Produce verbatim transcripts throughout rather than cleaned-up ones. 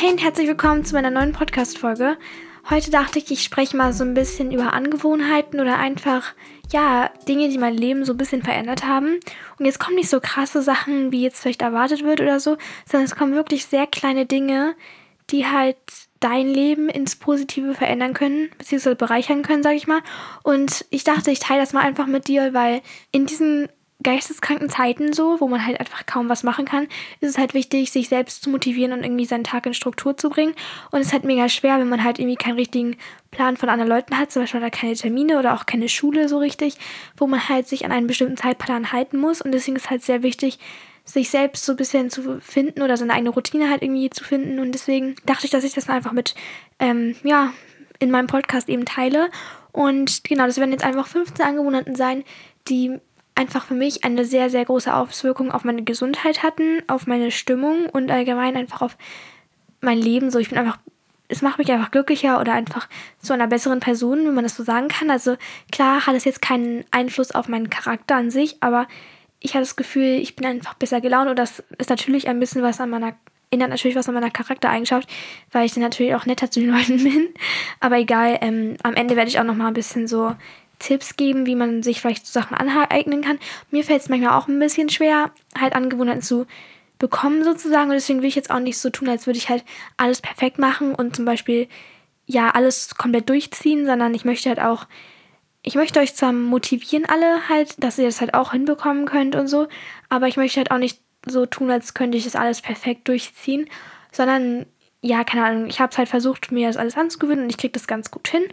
Hey und herzlich willkommen zu meiner neuen Podcast-Folge. Heute dachte ich, ich spreche mal so ein bisschen über Angewohnheiten oder einfach, ja, Dinge, die mein Leben so ein bisschen verändert haben. Und jetzt kommen nicht so krasse Sachen, wie jetzt vielleicht erwartet wird oder so, sondern es kommen wirklich sehr kleine Dinge, die halt dein Leben ins Positive verändern können, beziehungsweise bereichern können, sag ich mal. Und ich dachte, ich teile das mal einfach mit dir, weil in diesen geisteskranken Zeiten so, wo man halt einfach kaum was machen kann, ist es halt wichtig, sich selbst zu motivieren und irgendwie seinen Tag in Struktur zu bringen. Und es ist halt mega schwer, wenn man halt irgendwie keinen richtigen Plan von anderen Leuten hat, zum Beispiel da keine Termine oder auch keine Schule so richtig, wo man halt sich an einen bestimmten Zeitplan halten muss. Und deswegen ist es halt sehr wichtig, sich selbst so ein bisschen zu finden oder seine eigene Routine halt irgendwie zu finden. Und deswegen dachte ich, dass ich das mal einfach mit, ähm, ja, in meinem Podcast eben teile. Und genau, das werden jetzt einfach fünfzehn Angewohnheiten sein, die einfach für mich eine sehr, sehr große Auswirkung auf meine Gesundheit hatten, auf meine Stimmung und allgemein einfach auf mein Leben. So, ich bin einfach, es macht mich einfach glücklicher oder einfach zu einer besseren Person, wenn man das so sagen kann. Also klar hat es jetzt keinen Einfluss auf meinen Charakter an sich, aber ich habe das Gefühl, ich bin einfach besser gelaunt und das ist natürlich ein bisschen was an meiner, ändert natürlich was an meiner Charaktereigenschaft, weil ich dann natürlich auch netter zu den Leuten bin. Aber egal, ähm, am Ende werde ich auch nochmal ein bisschen so Tipps geben, wie man sich vielleicht so Sachen aneignen kann. Mir fällt es manchmal auch ein bisschen schwer, halt Angewohnheiten zu bekommen sozusagen. Und deswegen will ich jetzt auch nicht so tun, als würde ich halt alles perfekt machen und zum Beispiel ja alles komplett durchziehen, sondern ich möchte halt auch, ich möchte euch zwar motivieren alle halt, dass ihr das halt auch hinbekommen könnt und so, aber ich möchte halt auch nicht so tun, als könnte ich das alles perfekt durchziehen, sondern ja, keine Ahnung, ich habe halt versucht, mir das alles anzugewöhnen und ich kriege das ganz gut hin.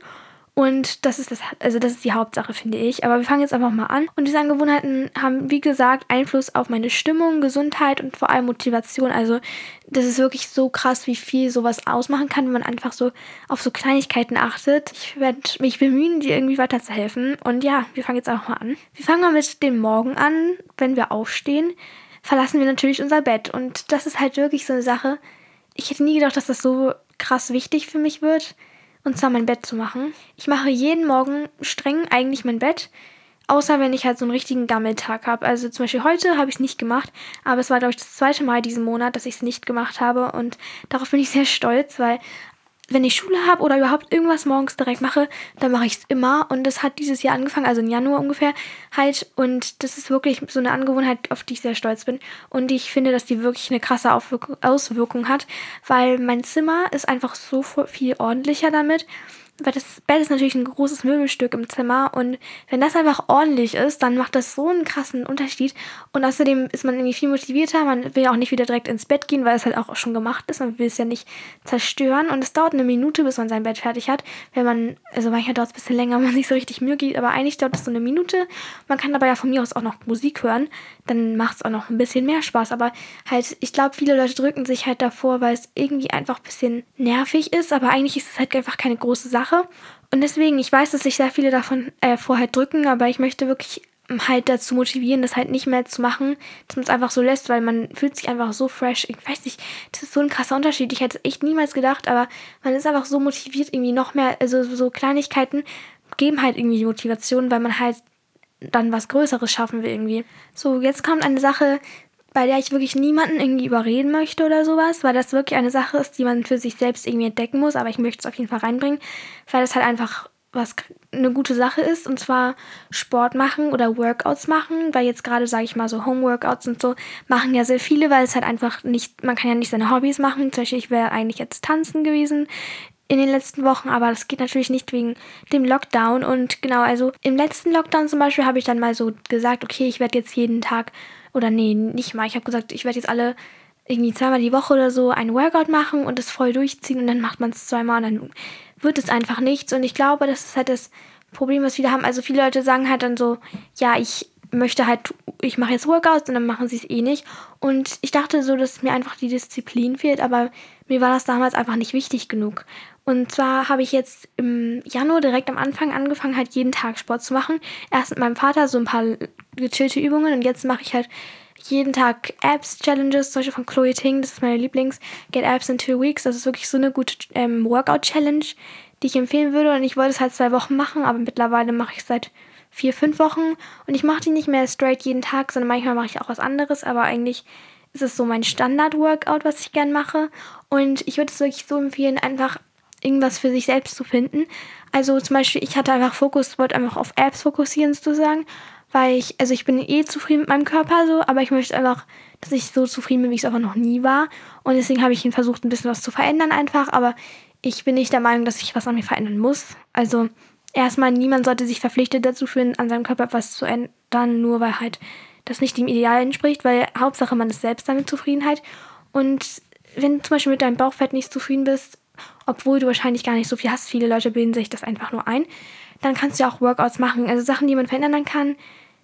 Und das ist das, also das ist die Hauptsache, finde ich. Aber wir fangen jetzt einfach mal an. Und diese Angewohnheiten haben, wie gesagt, Einfluss auf meine Stimmung, Gesundheit und vor allem Motivation. Also das ist wirklich so krass, wie viel sowas ausmachen kann, wenn man einfach so auf so Kleinigkeiten achtet. Ich werde mich bemühen, dir irgendwie weiterzuhelfen. Und ja, wir fangen jetzt einfach mal an. Wir fangen mal mit dem Morgen an. Wenn wir aufstehen, verlassen wir natürlich unser Bett. Und das ist halt wirklich so eine Sache. Ich hätte nie gedacht, dass das so krass wichtig für mich wird. Und zwar mein Bett zu machen. Ich mache jeden Morgen streng eigentlich mein Bett, außer wenn ich halt so einen richtigen Gammeltag habe. Also zum Beispiel heute habe ich es nicht gemacht, aber es war, glaube ich, das zweite Mal diesen Monat, dass ich es nicht gemacht habe. Und darauf bin ich sehr stolz, weil wenn ich Schule habe oder überhaupt irgendwas morgens direkt mache, dann mache ich es immer. Und das hat dieses Jahr angefangen, also im Januar ungefähr halt. Und das ist wirklich so eine Angewohnheit, auf die ich sehr stolz bin. Und ich finde, dass die wirklich eine krasse Aufwirkung, Auswirkung hat, weil mein Zimmer ist einfach so viel ordentlicher damit. Weil das Bett ist natürlich ein großes Möbelstück im Zimmer und wenn das einfach ordentlich ist, dann macht das so einen krassen Unterschied und außerdem ist man irgendwie viel motivierter, man will auch nicht wieder direkt ins Bett gehen, weil es halt auch schon gemacht ist, man will es ja nicht zerstören und es dauert eine Minute, bis man sein Bett fertig hat, wenn man, also manchmal dauert es ein bisschen länger, wenn man sich so richtig Mühe gibt, aber eigentlich dauert es so eine Minute, man kann dabei ja von mir aus auch noch Musik hören, dann macht es auch noch ein bisschen mehr Spaß, aber halt, ich glaube, viele Leute drücken sich halt davor, weil es irgendwie einfach ein bisschen nervig ist, aber eigentlich ist es halt einfach keine große Sache. Und deswegen, ich weiß, dass sich sehr viele davon äh, vorher drücken, aber ich möchte wirklich halt dazu motivieren, das halt nicht mehr zu machen, dass man es einfach so lässt, weil man fühlt sich einfach so fresh. Ich weiß nicht, das ist so ein krasser Unterschied. Ich hätte es echt niemals gedacht, aber man ist einfach so motiviert, irgendwie noch mehr, also so Kleinigkeiten geben halt irgendwie die Motivation, weil man halt dann was Größeres schaffen will irgendwie. So, jetzt kommt eine Sache, bei der ich wirklich niemanden irgendwie überreden möchte oder sowas, weil das wirklich eine Sache ist, die man für sich selbst irgendwie entdecken muss, aber ich möchte es auf jeden Fall reinbringen, weil das halt einfach was eine gute Sache ist und zwar Sport machen oder Workouts machen, weil jetzt gerade, sage ich mal, so Home-Workouts und so machen ja sehr viele, weil es halt einfach nicht, man kann ja nicht seine Hobbys machen, zum Beispiel ich wäre eigentlich jetzt tanzen gewesen in den letzten Wochen, aber das geht natürlich nicht wegen dem Lockdown und genau, also im letzten Lockdown zum Beispiel habe ich dann mal so gesagt, okay, ich werde jetzt jeden Tag oder nee, nicht mal. Ich habe gesagt, ich werde jetzt alle irgendwie zweimal die Woche oder so einen Workout machen und das voll durchziehen und dann macht man es zweimal und dann wird es einfach nichts. Und ich glaube, das ist halt das Problem, was viele haben. Also viele Leute sagen halt dann so, ja, ich möchte halt, ich mache jetzt Workouts und dann machen sie es eh nicht. Und ich dachte so, dass mir einfach die Disziplin fehlt, aber mir war das damals einfach nicht wichtig genug. Und zwar habe ich jetzt im Januar direkt am Anfang angefangen, halt jeden Tag Sport zu machen. Erst mit meinem Vater so ein paar gechillte Übungen und jetzt mache ich halt jeden Tag Abs-Challenges, zum Beispiel von Chloe Ting, das ist meine Lieblings, Get Abs in Two Weeks. Das ist wirklich so eine gute ähm, Workout-Challenge, die ich empfehlen würde. Und ich wollte es halt zwei Wochen machen, aber mittlerweile mache ich es seit vier, fünf Wochen. Und ich mache die nicht mehr straight jeden Tag, sondern manchmal mache ich auch was anderes, aber eigentlich ist es so mein Standard-Workout, was ich gern mache. Und ich würde es wirklich so empfehlen, einfach irgendwas für sich selbst zu finden. Also zum Beispiel, ich hatte einfach Fokus, wollte einfach auf Abs fokussieren sozusagen, weil ich, also ich bin eh zufrieden mit meinem Körper so, aber ich möchte einfach, dass ich so zufrieden bin, wie ich es einfach noch nie war. Und deswegen habe ich ihn versucht, ein bisschen was zu verändern einfach, aber ich bin nicht der Meinung, dass ich was an mir verändern muss. Also erstmal, niemand sollte sich verpflichtet dazu fühlen, an seinem Körper etwas zu ändern, nur weil halt das nicht dem Ideal entspricht, weil Hauptsache man ist selbst damit Zufriedenheit. Und wenn du zum Beispiel mit deinem Bauchfett nicht zufrieden bist, obwohl du wahrscheinlich gar nicht so viel hast, viele Leute bilden sich das einfach nur ein, dann kannst du ja auch Workouts machen, also Sachen, die man verändern kann.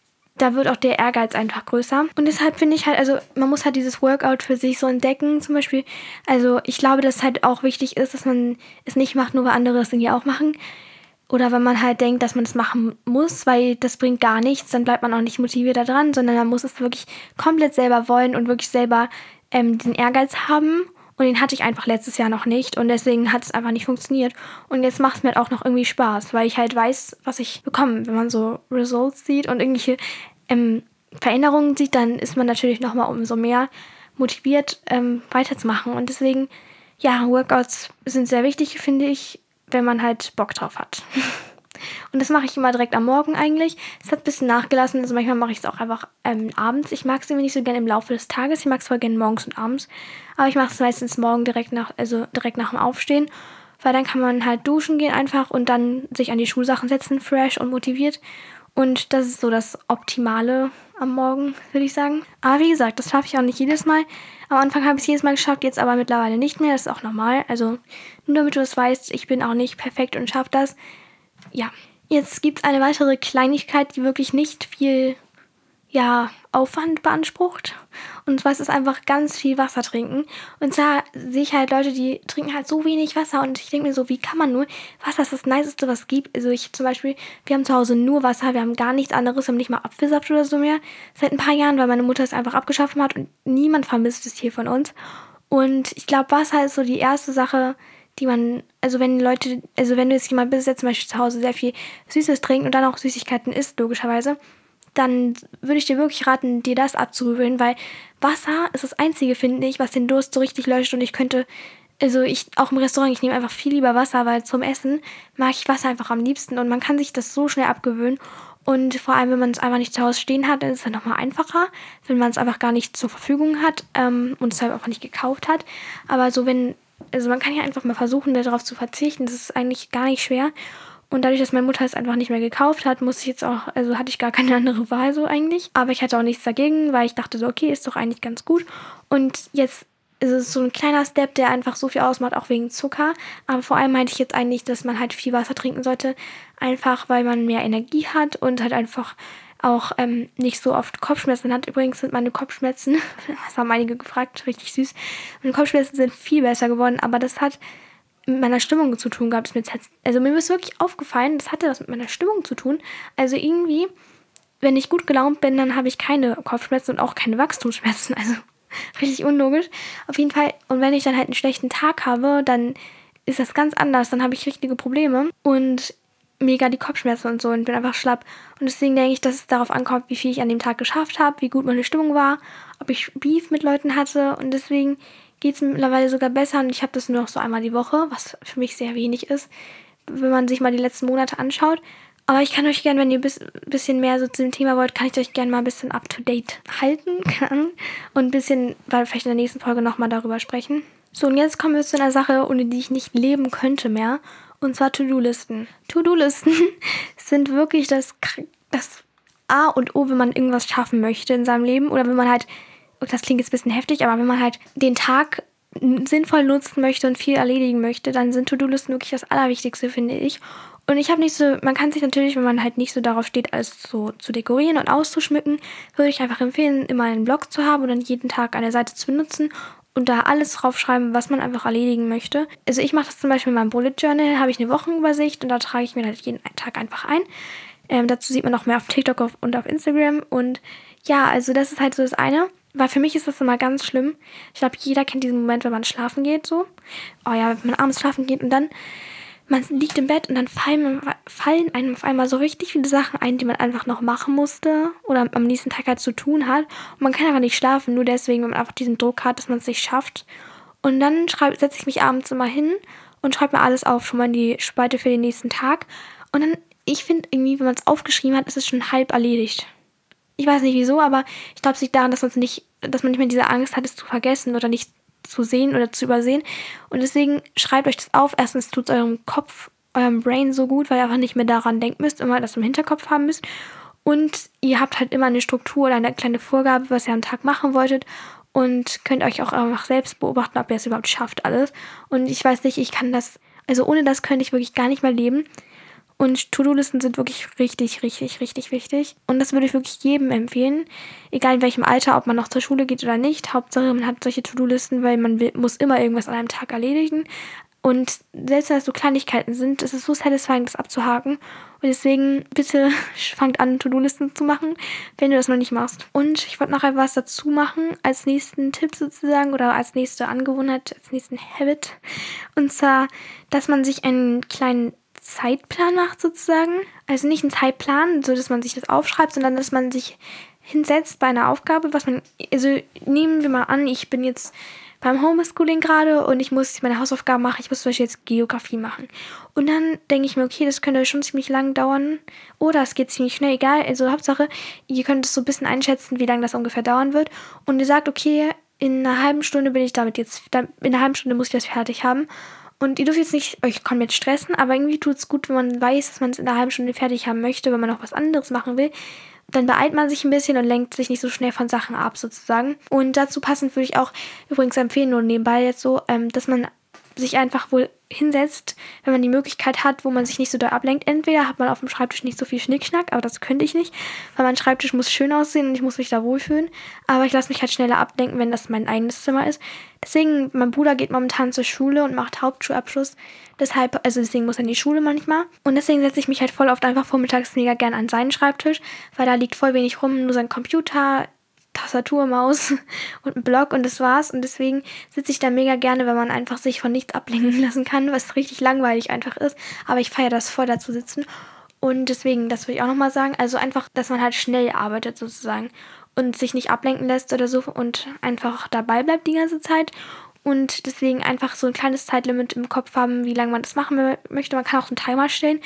Da wird auch der Ehrgeiz einfach größer. Und deshalb finde ich halt, also man muss halt dieses Workout für sich so entdecken, zum Beispiel. Also ich glaube, dass es halt auch wichtig ist, dass man es nicht macht, nur weil andere es irgendwie auch machen. Oder wenn man halt denkt, dass man es machen muss, weil das bringt gar nichts, dann bleibt man auch nicht motiviert da dran, sondern man muss es wirklich komplett selber wollen und wirklich selber ähm, diesen Ehrgeiz haben. Und den hatte ich einfach letztes Jahr noch nicht und deswegen hat es einfach nicht funktioniert. Und jetzt macht es mir halt auch noch irgendwie Spaß, weil ich halt weiß, was ich bekomme. Wenn man so Results sieht und irgendwelche ähm, Veränderungen sieht, dann ist man natürlich nochmal umso mehr motiviert, ähm, weiterzumachen. Und deswegen, ja, Workouts sind sehr wichtig, finde ich, wenn man halt Bock drauf hat. Und das mache ich immer direkt am Morgen eigentlich. Es hat ein bisschen nachgelassen, also manchmal mache ich es auch einfach ähm, abends. Ich mag es irgendwie nicht so gerne im Laufe des Tages. Ich mag es zwar gerne morgens und abends, aber ich mache es meistens morgen direkt nach, also direkt nach dem Aufstehen, weil dann kann man halt duschen gehen einfach und dann sich an die Schulsachen setzen, fresh und motiviert. Und das ist so das Optimale am Morgen, würde ich sagen. Aber wie gesagt, das schaffe ich auch nicht jedes Mal. Am Anfang habe ich es jedes Mal geschafft, jetzt aber mittlerweile nicht mehr. Das ist auch normal. Also nur damit du das weißt, ich bin auch nicht perfekt und schaffe das. Ja, jetzt gibt es eine weitere Kleinigkeit, die wirklich nicht viel ja, Aufwand beansprucht. Und zwar ist es einfach ganz viel Wasser trinken. Und zwar sehe ich halt Leute, die trinken halt so wenig Wasser. Und ich denke mir so, wie kann man nur? Wasser ist das Niceste, was es gibt. Also ich zum Beispiel, wir haben zu Hause nur Wasser. Wir haben gar nichts anderes. Wir haben nicht mal Apfelsaft oder so mehr. Seit ein paar Jahren, weil meine Mutter es einfach abgeschafft hat. Und niemand vermisst es hier von uns. Und ich glaube, Wasser ist so die erste Sache, die man, also wenn Leute, also wenn du jetzt jemand bist, der zum Beispiel zu Hause sehr viel Süßes trinkt und dann auch Süßigkeiten isst, logischerweise, dann würde ich dir wirklich raten, dir das abzugewöhnen, weil Wasser ist das Einzige, finde ich, was den Durst so richtig löscht. Und ich könnte, also ich, auch im Restaurant, ich nehme einfach viel lieber Wasser, weil zum Essen mag ich Wasser einfach am liebsten und man kann sich das so schnell abgewöhnen. Und vor allem, wenn man es einfach nicht zu Hause stehen hat, dann ist es dann nochmal einfacher, wenn man es einfach gar nicht zur Verfügung hat ähm, und es halt einfach nicht gekauft hat. Aber so wenn, also man kann ja einfach mal versuchen, darauf zu verzichten, das ist eigentlich gar nicht schwer. Und dadurch, dass meine Mutter es einfach nicht mehr gekauft hat, musste ich jetzt auch, also hatte ich gar keine andere Wahl so eigentlich. Aber ich hatte auch nichts dagegen, weil ich dachte so, okay, ist doch eigentlich ganz gut. Und jetzt ist es so ein kleiner Step, der einfach so viel ausmacht, auch wegen Zucker. Aber vor allem meinte ich jetzt eigentlich, dass man halt viel Wasser trinken sollte, einfach weil man mehr Energie hat und halt einfach auch ähm, nicht so oft Kopfschmerzen hat. Übrigens sind meine Kopfschmerzen, das haben einige gefragt, richtig süß, meine Kopfschmerzen sind viel besser geworden, aber das hat mit meiner Stimmung zu tun gehabt. Also mir ist wirklich aufgefallen, das hatte was mit meiner Stimmung zu tun. Also irgendwie, wenn ich gut gelaunt bin, dann habe ich keine Kopfschmerzen und auch keine Wachstumsschmerzen. Also richtig unlogisch. Auf jeden Fall, und wenn ich dann halt einen schlechten Tag habe, dann ist das ganz anders. Dann habe ich richtige Probleme und mega die Kopfschmerzen und so und bin einfach schlapp. Und deswegen denke ich, dass es darauf ankommt, wie viel ich an dem Tag geschafft habe, wie gut meine Stimmung war, ob ich Beef mit Leuten hatte. Und deswegen geht es mittlerweile sogar besser und ich habe das nur noch so einmal die Woche, was für mich sehr wenig ist, wenn man sich mal die letzten Monate anschaut. Aber ich kann euch gerne, wenn ihr ein bis, bisschen mehr so zu dem Thema wollt, kann ich euch gerne mal ein bisschen up-to-date halten und ein bisschen, weil vielleicht in der nächsten Folge nochmal darüber sprechen. So, und jetzt kommen wir zu einer Sache, ohne die ich nicht leben könnte mehr, und zwar To-Do-Listen. To-Do-Listen sind wirklich das, das A und O, wenn man irgendwas schaffen möchte in seinem Leben oder wenn man halt, das klingt jetzt ein bisschen heftig, aber wenn man halt den Tag sinnvoll nutzen möchte und viel erledigen möchte, dann sind To-Do-Listen wirklich das Allerwichtigste, finde ich. Und ich habe nicht so, man kann sich natürlich, wenn man halt nicht so darauf steht, alles so zu dekorieren und auszuschmücken, würde ich einfach empfehlen, immer einen Blog zu haben und dann jeden Tag eine Seite zu benutzen und da alles draufschreiben, was man einfach erledigen möchte. Also ich mache das zum Beispiel in meinem Bullet Journal, habe ich eine Wochenübersicht und da trage ich mir halt jeden Tag einfach ein. Ähm, dazu sieht man noch mehr auf TikTok und auf Instagram. Und ja, also das ist halt so das eine. Weil für mich ist das immer ganz schlimm. Ich glaube, jeder kennt diesen Moment, wenn man schlafen geht, so. Oh ja, wenn man abends schlafen geht und dann man liegt im Bett und dann fallen, fallen einem auf einmal so richtig viele Sachen ein, die man einfach noch machen musste oder am nächsten Tag halt zu tun hat. Und man kann einfach nicht schlafen, nur deswegen, wenn man einfach diesen Druck hat, dass man es nicht schafft. Und dann setze ich mich abends immer hin und schreibe mir alles auf, schon mal in die Spalte für den nächsten Tag. Und dann, ich finde irgendwie, wenn man es aufgeschrieben hat, ist es schon halb erledigt. Ich weiß nicht wieso, aber ich glaube, es liegt daran, dass man nicht, dass man nicht mehr diese Angst hat, es zu vergessen oder nicht zu sehen oder zu übersehen. Und deswegen schreibt euch das auf. Erstens tut es eurem Kopf, eurem Brain so gut, weil ihr einfach nicht mehr daran denken müsst, immer das im Hinterkopf haben müsst. Und ihr habt halt immer eine Struktur oder eine kleine Vorgabe, was ihr am Tag machen wolltet. Und könnt euch auch einfach selbst beobachten, ob ihr es überhaupt schafft alles. Und ich weiß nicht, ich kann das, also ohne das könnte ich wirklich gar nicht mehr leben. Und To-Do-Listen sind wirklich richtig, richtig, richtig wichtig. Und das würde ich wirklich jedem empfehlen. Egal in welchem Alter, ob man noch zur Schule geht oder nicht. Hauptsache, man hat solche To-Do-Listen, weil man will, muss immer irgendwas an einem Tag erledigen. Und selbst wenn es so Kleinigkeiten sind, ist es so satisfying, das abzuhaken. Und deswegen bitte fangt an, To-Do-Listen zu machen, wenn du das noch nicht machst. Und ich wollte noch etwas dazu machen, als nächsten Tipp sozusagen oder als nächste Angewohnheit, als nächsten Habit. Und zwar, dass man sich einen kleinen Zeitplan macht sozusagen. Also nicht einen Zeitplan, so dass man sich das aufschreibt, sondern dass man sich hinsetzt bei einer Aufgabe, was man, also nehmen wir mal an, ich bin jetzt beim Homeschooling gerade und ich muss meine Hausaufgaben machen, ich muss zum Beispiel jetzt Geografie machen. Und dann denke ich mir, okay, das könnte schon ziemlich lang dauern oder es geht ziemlich schnell, egal. Also Hauptsache, ihr könnt es so ein bisschen einschätzen, wie lange das ungefähr dauern wird. Und ihr sagt, okay, in einer halben Stunde bin ich damit jetzt, in einer halben Stunde muss ich das fertig haben. Und ihr dürft jetzt nicht euch komplett stressen, aber irgendwie tut es gut, wenn man weiß, dass man es in einer halben Stunde fertig haben möchte, wenn man noch was anderes machen will. Dann beeilt man sich ein bisschen und lenkt sich nicht so schnell von Sachen ab, sozusagen. Und dazu passend würde ich auch übrigens empfehlen, nur nebenbei jetzt so, ähm, dass man sich einfach wohl hinsetzt, wenn man die Möglichkeit hat, wo man sich nicht so doll ablenkt. Entweder hat man auf dem Schreibtisch nicht so viel Schnickschnack, aber das könnte ich nicht, weil mein Schreibtisch muss schön aussehen und ich muss mich da wohlfühlen. Aber ich lasse mich halt schneller ablenken, wenn das mein eigenes Zimmer ist. Deswegen, mein Bruder geht momentan zur Schule und macht Hauptschulabschluss. Deshalb, also deswegen muss er in die Schule manchmal. Und deswegen setze ich mich halt voll oft einfach vormittags mega gern an seinen Schreibtisch, weil da liegt voll wenig rum, nur sein Computer, Tastatur, Maus und ein Block und das war's. Und deswegen sitze ich da mega gerne, wenn man einfach sich von nichts ablenken lassen kann, was richtig langweilig einfach ist. Aber ich feiere das voll, da zu sitzen. Und deswegen, das würde ich auch nochmal sagen, also einfach, dass man halt schnell arbeitet sozusagen und sich nicht ablenken lässt oder so und einfach dabei bleibt die ganze Zeit. Und deswegen einfach so ein kleines Zeitlimit im Kopf haben, wie lange man das machen möchte. Man kann auch einen Timer stellen.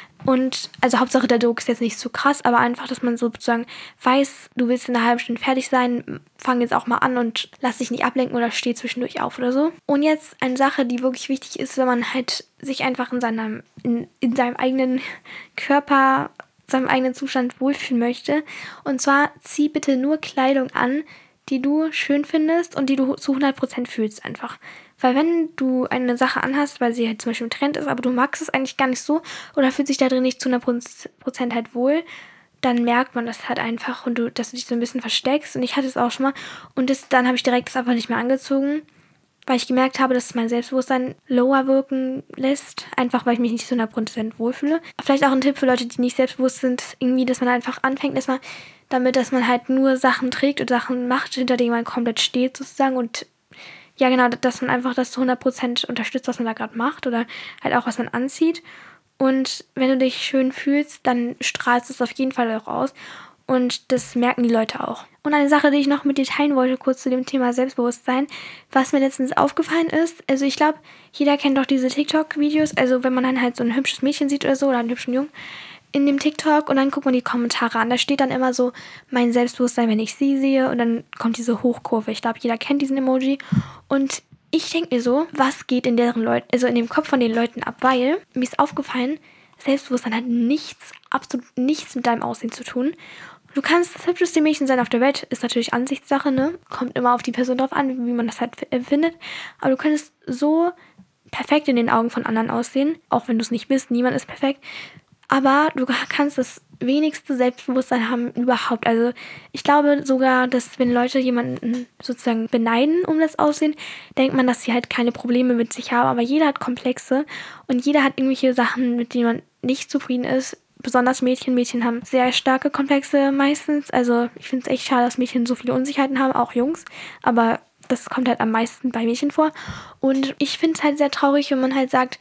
Und also Hauptsache der Druck ist jetzt nicht so krass, aber einfach, dass man sozusagen weiß, du willst in einer halben Stunde fertig sein, fang jetzt auch mal an und lass dich nicht ablenken oder steh zwischendurch auf oder so. Und jetzt eine Sache, die wirklich wichtig ist, wenn man halt sich einfach in seinem, in, in seinem eigenen Körper, seinem eigenen Zustand wohlfühlen möchte. Und zwar zieh bitte nur Kleidung an, die du schön findest und die du zu hundert Prozent fühlst einfach. Weil wenn du eine Sache anhast, weil sie halt zum Beispiel ein Trend ist, aber du magst es eigentlich gar nicht so oder fühlst dich da drin nicht zu hundert Prozent halt wohl, dann merkt man das halt einfach und du, dass du dich so ein bisschen versteckst. Und ich hatte es auch schon mal und das, dann habe ich direkt das einfach nicht mehr angezogen, weil ich gemerkt habe, dass mein Selbstbewusstsein lower wirken lässt, einfach weil ich mich nicht zu hundert Prozent wohlfühle. Vielleicht auch ein Tipp für Leute, die nicht selbstbewusst sind, irgendwie, dass man einfach anfängt, erstmal damit, dass man halt nur Sachen trägt und Sachen macht, hinter denen man komplett steht sozusagen und ja genau, dass man einfach das zu hundert Prozent unterstützt, was man da gerade macht oder halt auch, was man anzieht. Und wenn du dich schön fühlst, dann strahlst du es auf jeden Fall auch aus und das merken die Leute auch. Und eine Sache, die ich noch mit dir teilen wollte, kurz zu dem Thema Selbstbewusstsein, was mir letztens aufgefallen ist, also ich glaube, jeder kennt doch diese TikTok-Videos, also wenn man dann halt so ein hübsches Mädchen sieht oder so oder einen hübschen Jungen, in dem TikTok und dann guckt man die Kommentare an. Da steht dann immer so, mein Selbstbewusstsein, wenn ich sie sehe und dann kommt diese Hochkurve. Ich glaube, jeder kennt diesen Emoji. Und ich denke mir so, was geht in deren Leuten, also in dem Kopf von den Leuten ab, weil mir ist aufgefallen, Selbstbewusstsein hat nichts, absolut nichts mit deinem Aussehen zu tun. Du kannst das hübscheste Mädchen sein auf der Welt, ist natürlich Ansichtssache, ne? Kommt immer auf die Person drauf an, wie man das halt empfindet. Aber du könntest so perfekt in den Augen von anderen aussehen, auch wenn du es nicht bist, niemand ist perfekt. Aber du kannst das wenigste Selbstbewusstsein haben überhaupt. Also ich glaube sogar, dass wenn Leute jemanden sozusagen beneiden um das Aussehen, denkt man, dass sie halt keine Probleme mit sich haben. Aber jeder hat Komplexe und jeder hat irgendwelche Sachen, mit denen man nicht zufrieden ist. Besonders Mädchen. Mädchen haben sehr starke Komplexe meistens. Also ich finde es echt schade, dass Mädchen so viele Unsicherheiten haben, auch Jungs. Aber das kommt halt am meisten bei Mädchen vor. Und ich finde es halt sehr traurig, wenn man halt sagt,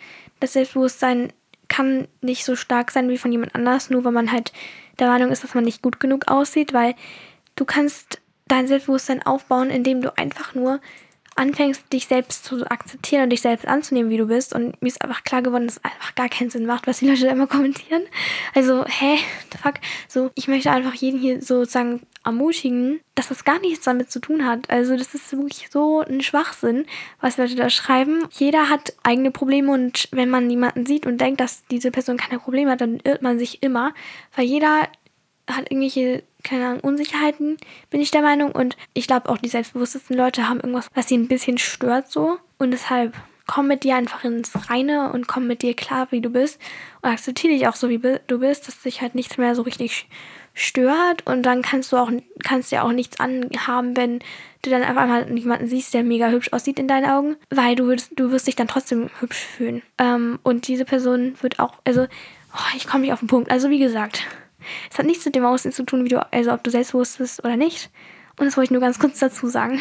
das Selbstbewusstsein kann nicht so stark sein wie von jemand anders, nur weil man halt der Meinung ist, dass man nicht gut genug aussieht, weil du kannst dein Selbstbewusstsein aufbauen, indem du einfach nur anfängst, dich selbst zu akzeptieren und dich selbst anzunehmen, wie du bist. Und mir ist einfach klar geworden, dass es einfach gar keinen Sinn macht, was die Leute immer kommentieren. Also, hä, the fuck? So, ich möchte einfach jeden hier sozusagen ermutigen, dass das gar nichts damit zu tun hat. Also, das ist wirklich so ein Schwachsinn, was Leute da schreiben. Jeder hat eigene Probleme und wenn man jemanden sieht und denkt, dass diese Person keine Probleme hat, dann irrt man sich immer, weil jeder hat irgendwelche, keine Ahnung, Unsicherheiten, bin ich der Meinung. Und ich glaube auch, die selbstbewusstesten Leute haben irgendwas, was sie ein bisschen stört so. Und deshalb komm mit dir einfach ins Reine und komm mit dir klar, wie du bist. Und akzeptiere dich auch so, wie du bist, dass dich halt nichts mehr so richtig stört. Und dann kannst du auch, kannst ja auch nichts anhaben, wenn du dann auf einmal jemanden siehst, der mega hübsch aussieht in deinen Augen. Weil du wirst, du wirst dich dann trotzdem hübsch fühlen. Ähm, und diese Person wird auch, also, oh, ich komme nicht auf den Punkt. Also wie gesagt, es hat nichts mit dem Aussehen zu tun, wie du, also ob du selbstbewusst bist oder nicht. Und das wollte ich nur ganz kurz dazu sagen.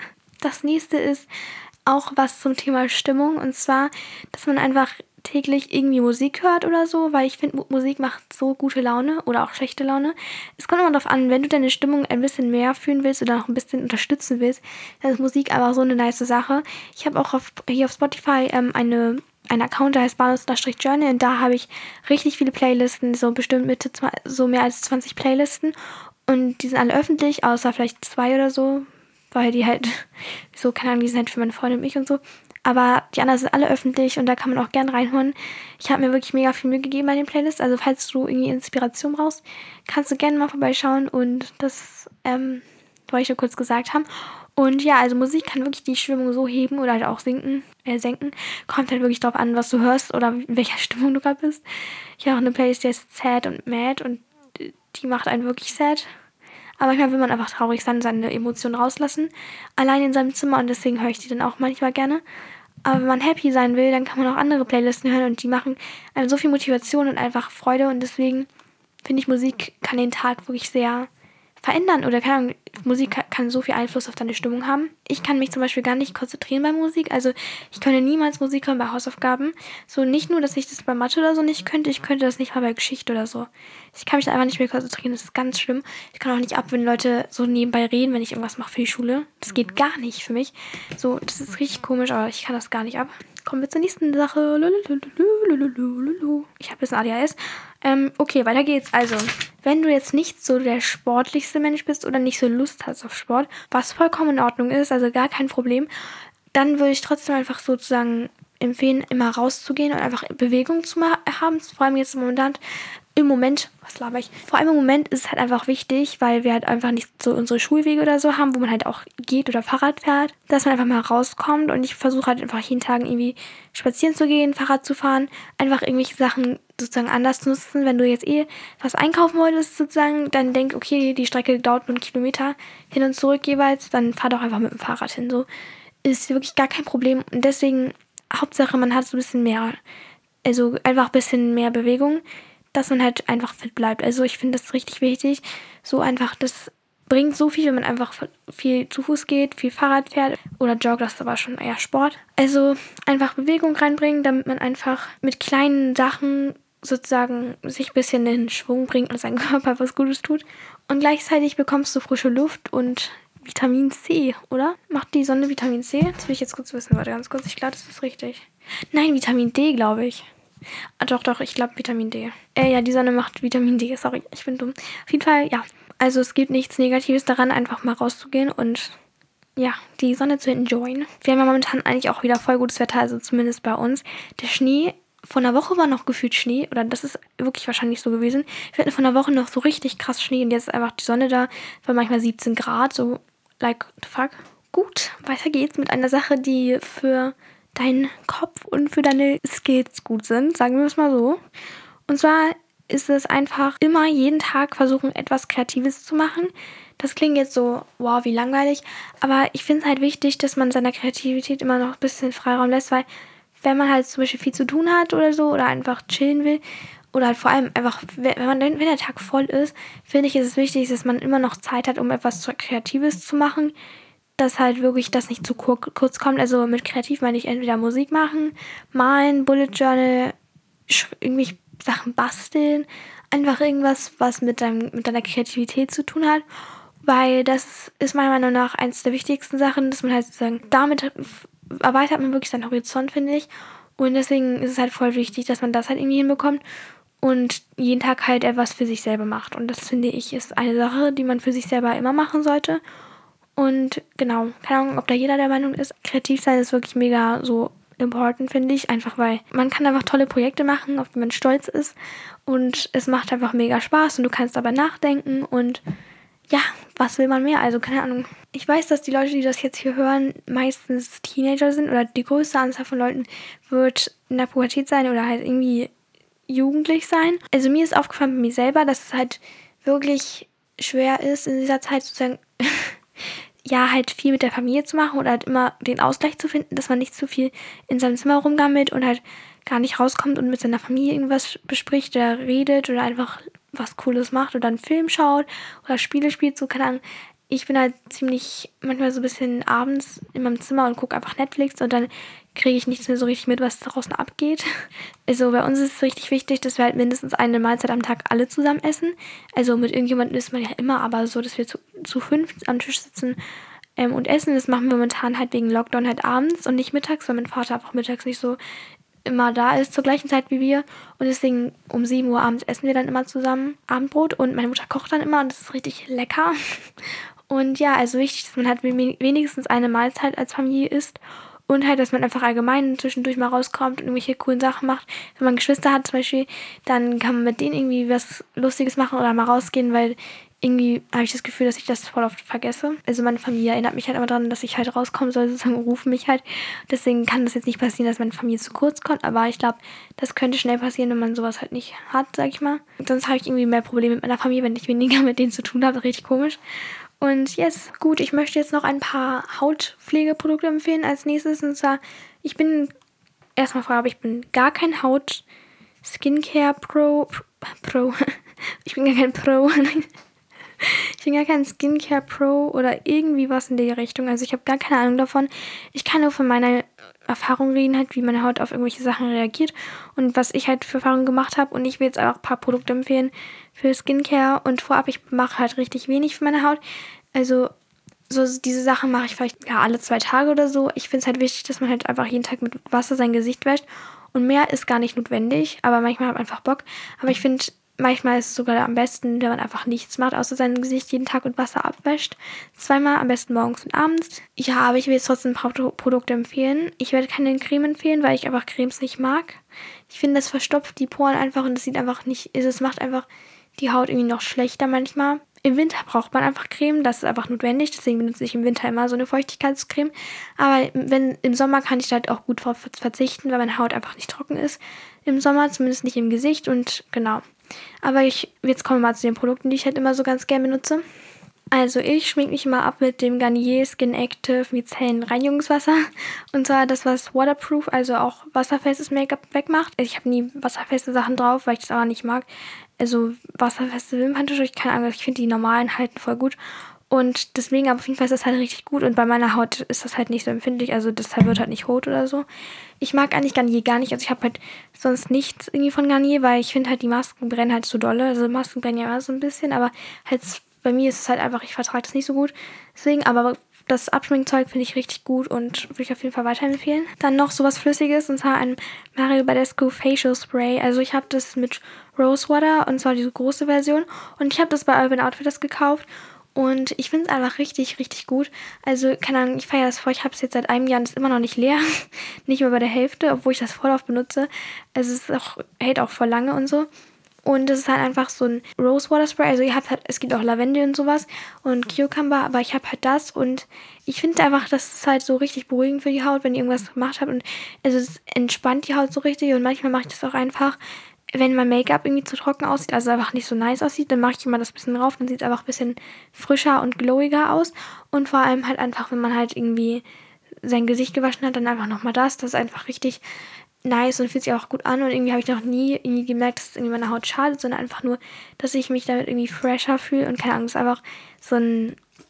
Das nächste ist auch was zum Thema Stimmung. Und zwar, dass man einfach täglich irgendwie Musik hört oder so, weil ich finde, Musik macht so gute Laune oder auch schlechte Laune. Es kommt immer darauf an, wenn du deine Stimmung ein bisschen mehr fühlen willst oder noch ein bisschen unterstützen willst, dann ist Musik einfach so eine nice Sache. Ich habe auch auf, hier auf Spotify ähm, eine ein Account, der heißt Bahnhofs-Journey und da habe ich richtig viele Playlisten, so bestimmt Mitte, so mehr als zwanzig Playlisten und die sind alle öffentlich, außer vielleicht zwei oder so, weil die halt, so, keine Ahnung, die sind halt für meine Freunde und mich und so, aber die anderen sind alle öffentlich und da kann man auch gern reinhören. Ich habe mir wirklich mega viel Mühe gegeben bei den Playlists, also falls du irgendwie Inspiration brauchst, kannst du gerne mal vorbeischauen und das, ähm, wollte ich nur kurz gesagt haben. Und ja, also Musik kann wirklich die Stimmung so heben oder halt auch sinken, äh, senken. Kommt halt wirklich drauf an, was du hörst oder in welcher Stimmung du gerade bist. Ich habe auch eine Playlist, die heißt Sad und Mad und die macht einen wirklich sad. Aber manchmal will man einfach traurig sein, seine Emotionen rauslassen. Allein in seinem Zimmer und deswegen höre ich die dann auch manchmal gerne. Aber wenn man happy sein will, dann kann man auch andere Playlisten hören und die machen einem so viel Motivation und einfach Freude und deswegen finde ich, Musik kann den Tag wirklich sehr verändern oder keine Ahnung, Musik kann so viel Einfluss auf deine Stimmung haben. Ich kann mich zum Beispiel gar nicht konzentrieren bei Musik, also ich könnte niemals Musik hören bei Hausaufgaben. So nicht nur, dass ich das bei Mathe oder so nicht könnte, ich könnte das nicht mal bei Geschichte oder so. Ich kann mich da einfach nicht mehr konzentrieren, das ist ganz schlimm. Ich kann auch nicht ab, wenn Leute so nebenbei reden, wenn ich irgendwas mache für die Schule. Das geht gar nicht für mich. So, das ist richtig komisch, aber ich kann das gar nicht ab. Kommen wir zur nächsten Sache. Ich habe ein bisschen A D H S. Ähm, okay, weiter geht's. Also, wenn du jetzt nicht so der sportlichste Mensch bist oder nicht so Lust hast auf Sport, was vollkommen in Ordnung ist, also gar kein Problem, dann würde ich trotzdem einfach sozusagen empfehlen, immer rauszugehen und einfach Bewegung zu ma- haben. Vor allem jetzt im Moment, im Moment, was laber ich? Vor allem im Moment ist es halt einfach wichtig, weil wir halt einfach nicht so unsere Schulwege oder so haben, wo man halt auch geht oder Fahrrad fährt, dass man einfach mal rauskommt und ich versuche halt einfach jeden Tag irgendwie spazieren zu gehen, Fahrrad zu fahren, einfach irgendwelche Sachen sozusagen anders zu nutzen. Wenn du jetzt eh was einkaufen wolltest sozusagen, dann denk, okay, die Strecke dauert nur einen Kilometer hin und zurück jeweils, dann fahr doch einfach mit dem Fahrrad hin. So ist wirklich gar kein Problem und deswegen Hauptsache, man hat so ein bisschen mehr, also einfach ein bisschen mehr Bewegung, dass man halt einfach fit bleibt. Also ich finde das richtig wichtig. So einfach, das bringt so viel, wenn man einfach viel zu Fuß geht, viel Fahrrad fährt oder joggt, das ist aber schon eher Sport. Also einfach Bewegung reinbringen, damit man einfach mit kleinen Sachen sozusagen sich ein bisschen in Schwung bringt und seinem Körper was Gutes tut. Und gleichzeitig bekommst du frische Luft und Vitamin C, oder? Macht die Sonne Vitamin C? Das will ich jetzt kurz wissen. Warte ganz kurz, ich glaube, das ist richtig. Nein, Vitamin D, glaube ich. Ah, doch, doch, ich glaube Vitamin D. Äh, ja, die Sonne macht Vitamin D, sorry, ich bin dumm. Auf jeden Fall, ja. Also es gibt nichts Negatives daran, einfach mal rauszugehen und ja, die Sonne zu enjoyen. Wir haben ja momentan eigentlich auch wieder voll gutes Wetter, also zumindest bei uns. Der Schnee, vor einer Woche war noch gefühlt Schnee, oder das ist wirklich wahrscheinlich so gewesen. Wir hatten vor einer Woche noch so richtig krass Schnee und jetzt ist einfach die Sonne da, war manchmal siebzehn Grad, so like, what the fuck. Gut, weiter geht's mit einer Sache, die für deinen Kopf und für deine Skills gut sind, sagen wir es mal so. Und zwar ist es einfach immer jeden Tag versuchen, etwas Kreatives zu machen. Das klingt jetzt so, wow, wie langweilig, aber ich finde es halt wichtig, dass man seiner Kreativität immer noch ein bisschen Freiraum lässt, weil wenn man halt zum Beispiel viel zu tun hat oder so oder einfach chillen will oder halt vor allem einfach, wenn, man, wenn der Tag voll ist, finde ich, ist es wichtig, dass man immer noch Zeit hat, um etwas Kreatives zu machen, dass halt wirklich das nicht zu kur- kurz kommt. Also mit kreativ meine ich entweder Musik machen, malen, Bullet Journal, sch- irgendwie Sachen basteln, einfach irgendwas, was mit, deinem, mit deiner Kreativität zu tun hat. Weil das ist meiner Meinung nach eins der wichtigsten Sachen, dass man halt sozusagen damit f- erweitert man wirklich seinen Horizont, finde ich. Und deswegen ist es halt voll wichtig, dass man das halt irgendwie hinbekommt und jeden Tag halt etwas für sich selber macht. Und das finde ich ist eine Sache, die man für sich selber immer machen sollte. Und genau, keine Ahnung, ob da jeder der Meinung ist. Kreativ sein ist wirklich mega so important, finde ich. Einfach weil man kann einfach tolle Projekte machen, auf die man stolz ist. Und es macht einfach mega Spaß und du kannst dabei nachdenken und ja, was will man mehr? Also keine Ahnung. Ich weiß, dass die Leute, die das jetzt hier hören, meistens Teenager sind oder die größte Anzahl von Leuten wird in der Pubertät sein oder halt irgendwie jugendlich sein. Also mir ist aufgefallen bei mir selber, dass es halt wirklich schwer ist, in dieser Zeit sozusagen ja, halt viel mit der Familie zu machen oder halt immer den Ausgleich zu finden, dass man nicht zu viel in seinem Zimmer rumgammelt und halt gar nicht rauskommt und mit seiner Familie irgendwas bespricht oder redet oder einfach was Cooles macht oder einen Film schaut oder Spiele spielt, so keine Ahnung. Ich bin halt ziemlich manchmal so ein bisschen abends in meinem Zimmer und gucke einfach Netflix und dann kriege ich nichts mehr so richtig mit, was draußen abgeht. Also bei uns ist es richtig wichtig, dass wir halt mindestens eine Mahlzeit am Tag alle zusammen essen. Also mit irgendjemandem ist man ja immer, aber so, dass wir zu, zu fünf am Tisch sitzen ähm, und essen. Das machen wir momentan halt wegen Lockdown halt abends und nicht mittags, weil mein Vater einfach mittags nicht so immer da ist zur gleichen Zeit wie wir. Und deswegen um sieben Uhr abends essen wir dann immer zusammen Abendbrot und meine Mutter kocht dann immer und das ist richtig lecker. Und ja, also wichtig, dass man halt wenigstens eine Mahlzeit als Familie isst und halt, dass man einfach allgemein zwischendurch mal rauskommt und irgendwelche coolen Sachen macht. Wenn man Geschwister hat zum Beispiel, dann kann man mit denen irgendwie was Lustiges machen oder mal rausgehen, weil irgendwie habe ich das Gefühl, dass ich das voll oft vergesse. Also meine Familie erinnert mich halt immer daran, dass ich halt rauskommen soll, sozusagen rufen mich halt. Deswegen kann das jetzt nicht passieren, dass meine Familie zu kurz kommt, aber ich glaube, das könnte schnell passieren, wenn man sowas halt nicht hat, sag ich mal. Und sonst habe ich irgendwie mehr Probleme mit meiner Familie, wenn ich weniger mit denen zu tun habe. Richtig komisch. Und yes, gut, ich möchte jetzt noch ein paar Hautpflegeprodukte empfehlen als nächstes. Und zwar, ich bin erstmal vorab, ich bin gar kein Haut-Skincare Pro. Pro. Ich bin gar kein Pro. Ich bin gar kein Skincare Pro oder irgendwie was in der Richtung. Also ich habe gar keine Ahnung davon. Ich kann nur von meiner Erfahrung reden, halt, wie meine Haut auf irgendwelche Sachen reagiert und was ich halt für Erfahrungen gemacht habe. Und ich will jetzt auch ein paar Produkte empfehlen für Skincare. Und vorab, ich mache halt richtig wenig für meine Haut. Also so diese Sachen mache ich vielleicht ja, alle zwei Tage oder so. Ich finde es halt wichtig, dass man halt einfach jeden Tag mit Wasser sein Gesicht wäscht. Und mehr ist gar nicht notwendig, aber manchmal hat man einfach Bock. Aber ich finde, manchmal ist es sogar am besten, wenn man einfach nichts macht, außer sein Gesicht jeden Tag mit Wasser abwäscht. Zweimal, am besten morgens und abends. Ja, aber ich will jetzt trotzdem ein paar Produkte empfehlen. Ich werde keine Creme empfehlen, weil ich einfach Cremes nicht mag. Ich finde, das verstopft die Poren einfach und das sieht einfach nicht, es macht einfach die Haut irgendwie noch schlechter manchmal. Im Winter braucht man einfach Creme, das ist einfach notwendig, deswegen benutze ich im Winter immer so eine Feuchtigkeitscreme. Aber wenn im Sommer kann ich da halt auch gut drauf verzichten, weil meine Haut einfach nicht trocken ist. Im Sommer zumindest nicht im Gesicht und genau. Aber ich, jetzt kommen wir mal zu den Produkten, die ich halt immer so ganz gerne benutze. Also ich schminke mich immer ab mit dem Garnier Skin Active Mizellen-Reinigungswasser. Und zwar das, was waterproof, also auch wasserfestes Make-up wegmacht. Ich habe nie wasserfeste Sachen drauf, weil ich das aber nicht mag. Also wasserfeste Wimperntusche, ich keine Ahnung, ich finde die normalen halten voll gut. Und deswegen, aber auf jeden Fall ist das halt richtig gut. Und bei meiner Haut ist das halt nicht so empfindlich. Also deshalb wird halt nicht rot oder so. Ich mag eigentlich Garnier gar nicht. Also ich habe halt sonst nichts irgendwie von Garnier, weil ich finde halt, die Masken brennen halt so dolle. Also Masken brennen ja immer so ein bisschen. Aber halt bei mir ist es halt einfach, ich vertrage das nicht so gut. Deswegen, aber das Abschminkzeug finde ich richtig gut und würde ich auf jeden Fall weiterempfehlen. Dann noch sowas Flüssiges, und zwar ein Mario Badescu Facial Spray. Also ich habe das mit Rosewater, und zwar diese große Version. Und ich habe das bei Urban Outfitters gekauft. Und ich finde es einfach richtig, richtig gut. Also, keine Ahnung, ich feiere das vor. Ich habe es jetzt seit einem Jahr und ist immer noch nicht leer. Nicht mehr bei der Hälfte, obwohl ich das voll oft benutze. Also, es ist auch, hält auch voll lange und so. Und es ist halt einfach so ein Rosewater Spray. Also, ihr habt halt, es gibt auch Lavendel und sowas und Cucumber, aber ich habe halt das. Und ich finde einfach, das ist halt so richtig beruhigend für die Haut, wenn ihr irgendwas gemacht habt. Und also, es entspannt die Haut so richtig. Und manchmal mache ich das auch einfach, wenn mein Make-up irgendwie zu trocken aussieht, also einfach nicht so nice aussieht, dann mache ich immer das bisschen drauf, dann sieht es einfach ein bisschen frischer und glowiger aus. Und vor allem halt einfach, wenn man halt irgendwie sein Gesicht gewaschen hat, dann einfach nochmal das. Das ist einfach richtig nice und fühlt sich auch gut an. Und irgendwie habe ich noch nie irgendwie gemerkt, dass es irgendwie meiner Haut schadet, sondern einfach nur, dass ich mich damit irgendwie fresher fühle. Und keine Ahnung, das ist einfach so ein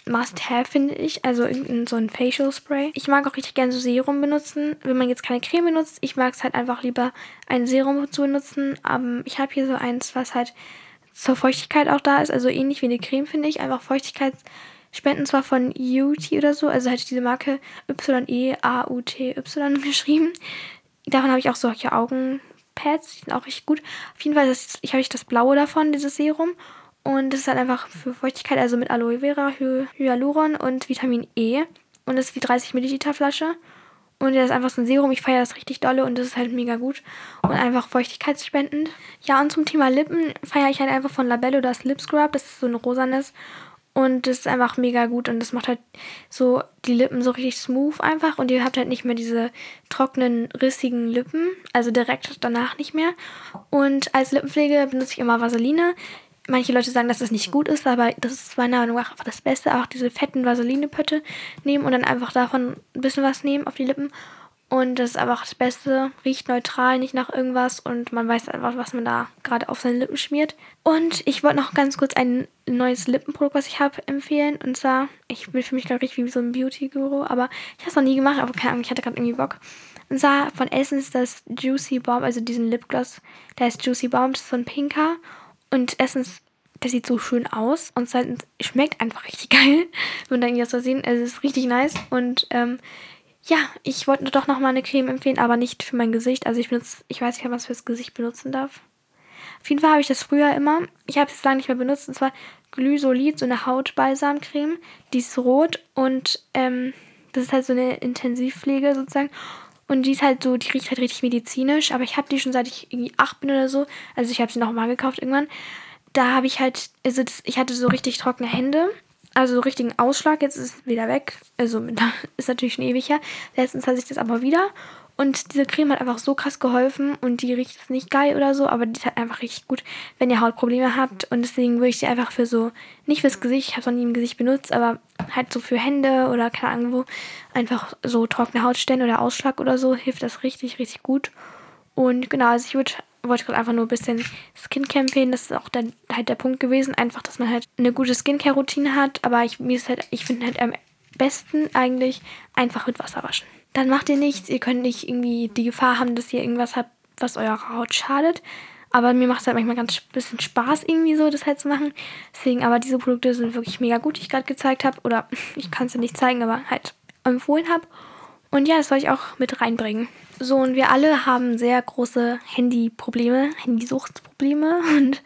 Must-Have, finde ich. Also irgendein so ein Facial Spray. Ich mag auch richtig gerne so Serum benutzen, wenn man jetzt keine Creme benutzt. Ich mag es halt einfach lieber, ein Serum zu benutzen. Ähm, ich habe hier so eins, was halt zur Feuchtigkeit auch da ist. Also ähnlich wie eine Creme, finde ich. Einfach Feuchtigkeitsspenden, zwar von U T oder so. Also halt diese Marke Y E A U T Y geschrieben. Davon habe ich auch solche Augenpads. Die sind auch richtig gut. Auf jeden Fall das, ich habe ich das blaue davon, dieses Serum. Und das ist halt einfach für Feuchtigkeit, also mit Aloe Vera, Hy- Hyaluron und Vitamin E. Und das ist die dreißig Milliliter Flasche. Und das ist einfach so ein Serum. Ich feiere das richtig dolle und das ist halt mega gut. Und einfach feuchtigkeitsspendend. Ja, und zum Thema Lippen feiere ich halt einfach von Labello das Lip Scrub. Das ist so ein rosanes. Und das ist einfach mega gut. Und das macht halt so die Lippen so richtig smooth einfach. Und ihr habt halt nicht mehr diese trockenen, rissigen Lippen. Also direkt danach nicht mehr. Und als Lippenpflege benutze ich immer Vaseline. Manche Leute sagen, dass das nicht gut ist, aber das ist meiner Meinung nach einfach das Beste. Auch diese fetten Vaseline-Pötte nehmen und dann einfach davon ein bisschen was nehmen auf die Lippen. Und das ist einfach das Beste. Riecht neutral, nicht nach irgendwas. Und man weiß einfach, was man da gerade auf seine Lippen schmiert. Und ich wollte noch ganz kurz ein neues Lippenprodukt, was ich habe, empfehlen. Und zwar, ich bin für mich gerade richtig wie so ein Beauty-Guru, aber ich habe es noch nie gemacht, aber keine Ahnung, ich hatte gerade irgendwie Bock. Und zwar von Essence das Juicy Bomb, also diesen Lipgloss, der ist Juicy Bomb, das ist so ein pinker. Und Essence, der sieht so schön aus und es schmeckt einfach richtig geil. Und dann irgendwie aus Versehen, also es ist richtig nice. Und ähm, ja, ich wollte doch nochmal eine Creme empfehlen, aber nicht für mein Gesicht. Also ich benutze, ich weiß nicht, was fürs Gesicht benutzen darf. Auf jeden Fall habe ich das früher immer. Ich habe es jetzt lange nicht mehr benutzt. Und zwar Glysolid, so eine Hautbalsamcreme. Die ist rot und ähm, das ist halt so eine Intensivpflege sozusagen. Und die ist halt so, die riecht halt richtig medizinisch. Aber ich habe die schon seit ich irgendwie acht bin oder so. Also ich habe sie nochmal gekauft irgendwann. Da habe ich halt, also das, ich hatte so richtig trockene Hände. Also so richtigen Ausschlag. Jetzt ist es wieder weg. Also ist natürlich schon ewig her. Letztens hatte ich das aber wieder. Und diese Creme hat einfach so krass geholfen. Und die riecht jetzt nicht geil oder so. Aber die ist halt einfach richtig gut, wenn ihr Hautprobleme habt. Und deswegen würde ich sie einfach für so, nicht fürs Gesicht, ich habe es noch nie im Gesicht benutzt, aber halt so für Hände oder keine Ahnung wo, einfach so trockene Hautstellen oder Ausschlag oder so, hilft das richtig, richtig gut. Und genau, also ich würde wollte gerade einfach nur ein bisschen Skincare empfehlen. Das ist auch dann halt der Punkt gewesen. Einfach, dass man halt eine gute Skincare-Routine hat. Aber ich, mir ist halt, ich finde halt am besten eigentlich einfach mit Wasser waschen. Dann macht ihr nichts. Ihr könnt nicht irgendwie die Gefahr haben, dass ihr irgendwas habt, was eurer Haut schadet. Aber mir macht es halt manchmal ganz bisschen Spaß, irgendwie so das halt zu machen. Deswegen, aber diese Produkte sind wirklich mega gut, die ich gerade gezeigt habe. Oder ich kann es ja nicht zeigen, aber halt empfohlen habe. Und ja, das wollte ich auch mit reinbringen. So, und wir alle haben sehr große Handyprobleme, Handysuchtprobleme. Und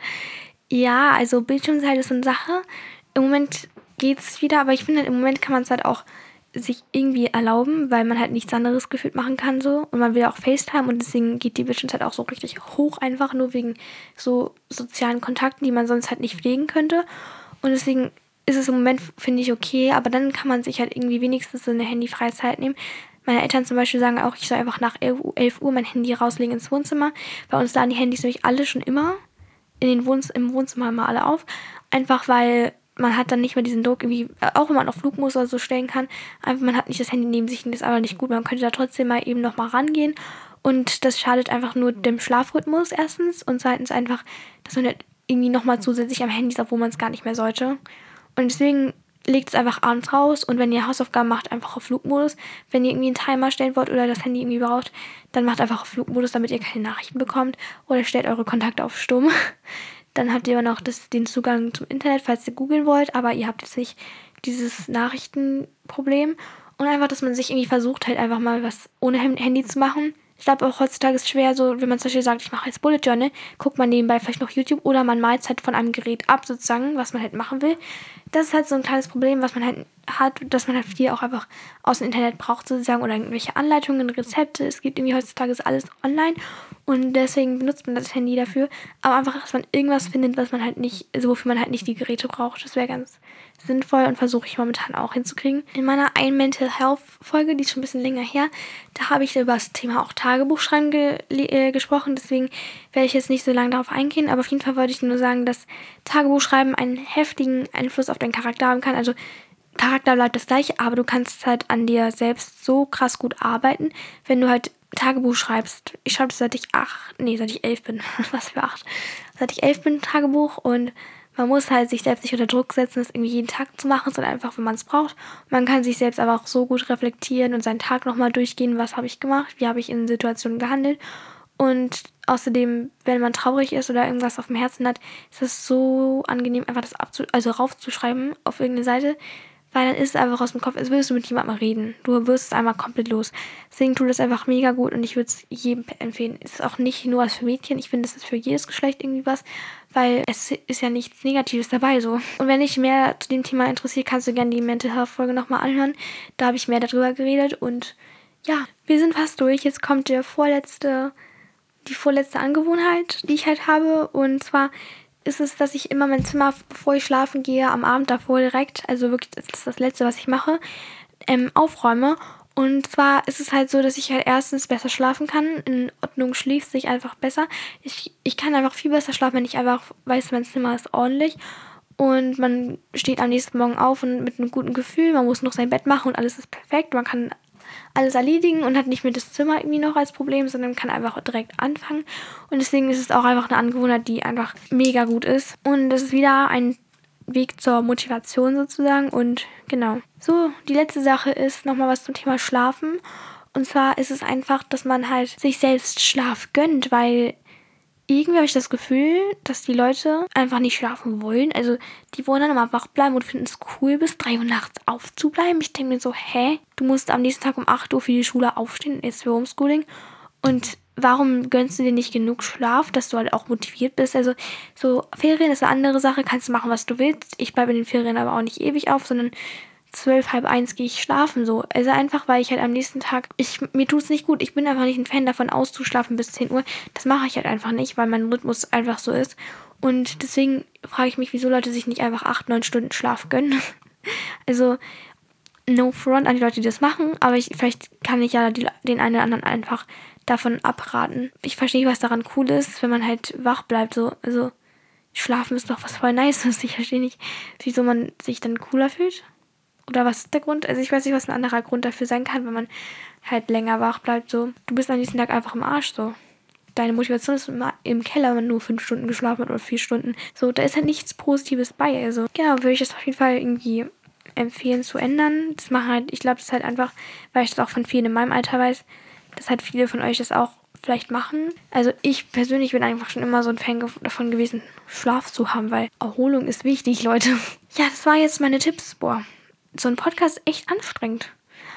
ja, also Bildschirmzeit ist so eine Sache. Im Moment geht's wieder, aber ich finde halt, im Moment kann man es halt auch sich irgendwie erlauben, weil man halt nichts anderes gefühlt machen kann so. Und man will auch FaceTime und deswegen geht die Bildschirmzeit auch so richtig hoch, einfach nur wegen so sozialen Kontakten, die man sonst halt nicht pflegen könnte. Und deswegen ist es im Moment, finde ich, okay, aber dann kann man sich halt irgendwie wenigstens so eine handyfreie Zeit nehmen. Meine Eltern zum Beispiel sagen auch, ich soll einfach nach elf Uhr mein Handy rauslegen ins Wohnzimmer. Bei uns laden die Handys nämlich alle schon immer in den Wohn- im Wohnzimmer mal alle auf. Einfach weil man hat dann nicht mehr diesen Druck, irgendwie, auch wenn man auf Flugmodus oder so stellen kann, einfach man hat nicht das Handy neben sich und das ist aber nicht gut. Man könnte da trotzdem mal eben nochmal rangehen. Und das schadet einfach nur dem Schlafrhythmus erstens und zweitens einfach, dass man halt irgendwie nochmal zusätzlich am Handy ist, obwohl man es gar nicht mehr sollte. Und deswegen legt es einfach abends raus und wenn ihr Hausaufgaben macht, einfach auf Flugmodus. Wenn ihr irgendwie einen Timer stellen wollt oder das Handy irgendwie braucht, dann macht einfach auf Flugmodus, damit ihr keine Nachrichten bekommt oder stellt eure Kontakte auf Stumm. Dann habt ihr immer noch das, den Zugang zum Internet, falls ihr googeln wollt, aber ihr habt jetzt nicht dieses Nachrichtenproblem. Und einfach, dass man sich irgendwie versucht, halt einfach mal was ohne Handy zu machen. Ich glaube auch heutzutage ist es schwer, so wenn man zum Beispiel sagt, ich mache jetzt Bullet Journal, guckt man nebenbei vielleicht noch YouTube oder man malt es halt von einem Gerät ab sozusagen, was man halt machen will. Das ist halt so ein kleines Problem, was man halt hat, dass man halt viel auch einfach aus dem Internet braucht sozusagen oder irgendwelche Anleitungen, Rezepte. Es gibt irgendwie heutzutage ist alles online und deswegen benutzt man das Handy dafür. Aber einfach, dass man irgendwas findet, was man halt nicht, so wofür man halt nicht die Geräte braucht. Das wäre ganz sinnvoll und versuche ich momentan auch hinzukriegen. In meiner ein Mental Health Folge, die ist schon ein bisschen länger her, da habe ich über das Thema auch Tagebuchschreiben ge- äh, gesprochen, deswegen werde ich jetzt nicht so lange darauf eingehen, aber auf jeden Fall wollte ich nur sagen, dass Tagebuchschreiben einen heftigen Einfluss auf deinen Charakter haben kann. Also Charakter bleibt das gleiche, aber du kannst halt an dir selbst so krass gut arbeiten, wenn du halt Tagebuch schreibst. Ich schreibe das seit ich acht, nee, seit ich elf bin. Was für acht? Seit ich elf bin Tagebuch und man muss halt sich selbst nicht unter Druck setzen, das irgendwie jeden Tag zu machen, sondern einfach, wenn man es braucht. Man kann sich selbst aber auch so gut reflektieren und seinen Tag nochmal durchgehen, was habe ich gemacht, wie habe ich in Situationen gehandelt. Und außerdem, wenn man traurig ist oder irgendwas auf dem Herzen hat, ist es so angenehm, einfach das abzu- also raufzuschreiben auf irgendeine Seite, weil dann ist es einfach aus dem Kopf, als würdest du mit jemandem reden. Du wirst es einmal komplett los. Deswegen tut es einfach mega gut und ich würde es jedem empfehlen. Es ist auch nicht nur was für Mädchen, ich finde, es ist für jedes Geschlecht irgendwie was, weil es ist ja nichts Negatives dabei so. Und wenn dich mehr zu dem Thema interessiert, kannst du gerne die Mental Health Folge nochmal anhören. Da habe ich mehr darüber geredet und ja, wir sind fast durch. Jetzt kommt der vorletzte, die vorletzte Angewohnheit, die ich halt habe, und zwar ist es, dass ich immer mein Zimmer, bevor ich schlafen gehe, am Abend davor direkt, also wirklich, das ist das Letzte, was ich mache, ähm, aufräume. Und zwar ist es halt so, dass ich halt erstens besser schlafen kann. In Ordnung schläft sich einfach besser. Ich, ich kann einfach viel besser schlafen, wenn ich einfach weiß, mein Zimmer ist ordentlich. Und man steht am nächsten Morgen auf und mit einem guten Gefühl, man muss noch sein Bett machen und alles ist perfekt. Man kann alles erledigen und hat nicht mehr das Zimmer irgendwie noch als Problem, sondern kann einfach direkt anfangen. Und deswegen ist es auch einfach eine Angewohnheit, die einfach mega gut ist. Und das ist wieder ein Weg zur Motivation sozusagen. Und genau. So, die letzte Sache ist nochmal was zum Thema Schlafen. Und zwar ist es einfach, dass man halt sich selbst Schlaf gönnt, weil irgendwie habe ich das Gefühl, dass die Leute einfach nicht schlafen wollen. Also die wollen dann immer wach bleiben und finden es cool, bis drei Uhr nachts aufzubleiben. Ich denke mir so, hä? Du musst am nächsten Tag um acht Uhr für die Schule aufstehen, jetzt für Homeschooling. Und warum gönnst du dir nicht genug Schlaf, dass du halt auch motiviert bist? Also so Ferien ist eine andere Sache, kannst du machen, was du willst. Ich bleibe in den Ferien aber auch nicht ewig auf, sondern zwölf, halb eins gehe ich schlafen so. Also einfach, weil ich halt am nächsten Tag, ich, mir tut es nicht gut. Ich bin einfach nicht ein Fan davon, auszuschlafen bis zehn Uhr. Das mache ich halt einfach nicht, weil mein Rhythmus einfach so ist. Und deswegen frage ich mich, wieso Leute sich nicht einfach acht, neun Stunden Schlaf gönnen. Also, no front an die Leute, die das machen, aber ich, vielleicht kann ich ja die, den einen oder anderen einfach davon abraten. Ich verstehe nicht, was daran cool ist, wenn man halt wach bleibt. So. Also, schlafen ist doch was voll Nices. Ich verstehe nicht, wieso man sich dann cooler fühlt. Oder was ist der Grund? Also ich weiß nicht, was ein anderer Grund dafür sein kann, wenn man halt länger wach bleibt. So, du bist am nächsten Tag einfach im Arsch. So, deine Motivation ist immer im Keller, wenn man nur fünf Stunden geschlafen hat oder vier Stunden. So, da ist halt nichts Positives bei. Also genau, würde ich das auf jeden Fall irgendwie empfehlen zu ändern. Das machen halt, ich glaube, das ist halt einfach, weil ich das auch von vielen in meinem Alter weiß, dass halt viele von euch das auch vielleicht machen. Also ich persönlich bin einfach schon immer so ein Fan davon gewesen, Schlaf zu haben, weil Erholung ist wichtig, Leute. Ja, das war jetzt meine Tipps. Boah. So ein Podcast ist echt anstrengend.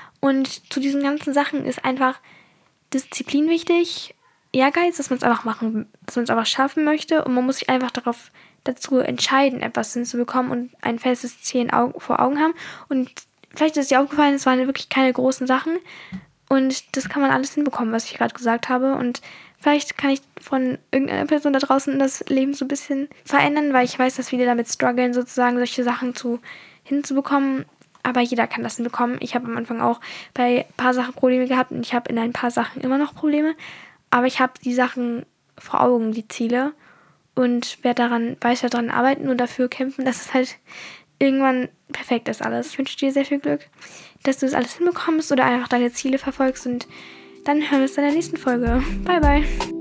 Und zu diesen ganzen Sachen ist einfach Disziplin wichtig, Ehrgeiz, dass man es einfach machen, dass man es einfach schaffen möchte, und man muss sich einfach darauf dazu entscheiden, etwas hinzubekommen und ein festes Ziel vor Augen haben. Und vielleicht ist es dir aufgefallen, es waren wirklich keine großen Sachen und das kann man alles hinbekommen, was ich gerade gesagt habe. Und vielleicht kann ich von irgendeiner Person da draußen das Leben so ein bisschen verändern, weil ich weiß, dass viele damit strugglen, sozusagen solche Sachen zu hinzubekommen. Aber jeder kann das hinbekommen. Ich habe am Anfang auch bei ein paar Sachen Probleme gehabt und ich habe in ein paar Sachen immer noch Probleme. Aber ich habe die Sachen vor Augen, die Ziele, und werde daran weiter daran arbeiten und dafür kämpfen, dass es halt irgendwann perfekt ist alles. Ich wünsche dir sehr viel Glück, dass du das alles hinbekommst oder einfach deine Ziele verfolgst, und dann hören wir uns in der nächsten Folge. Bye, bye.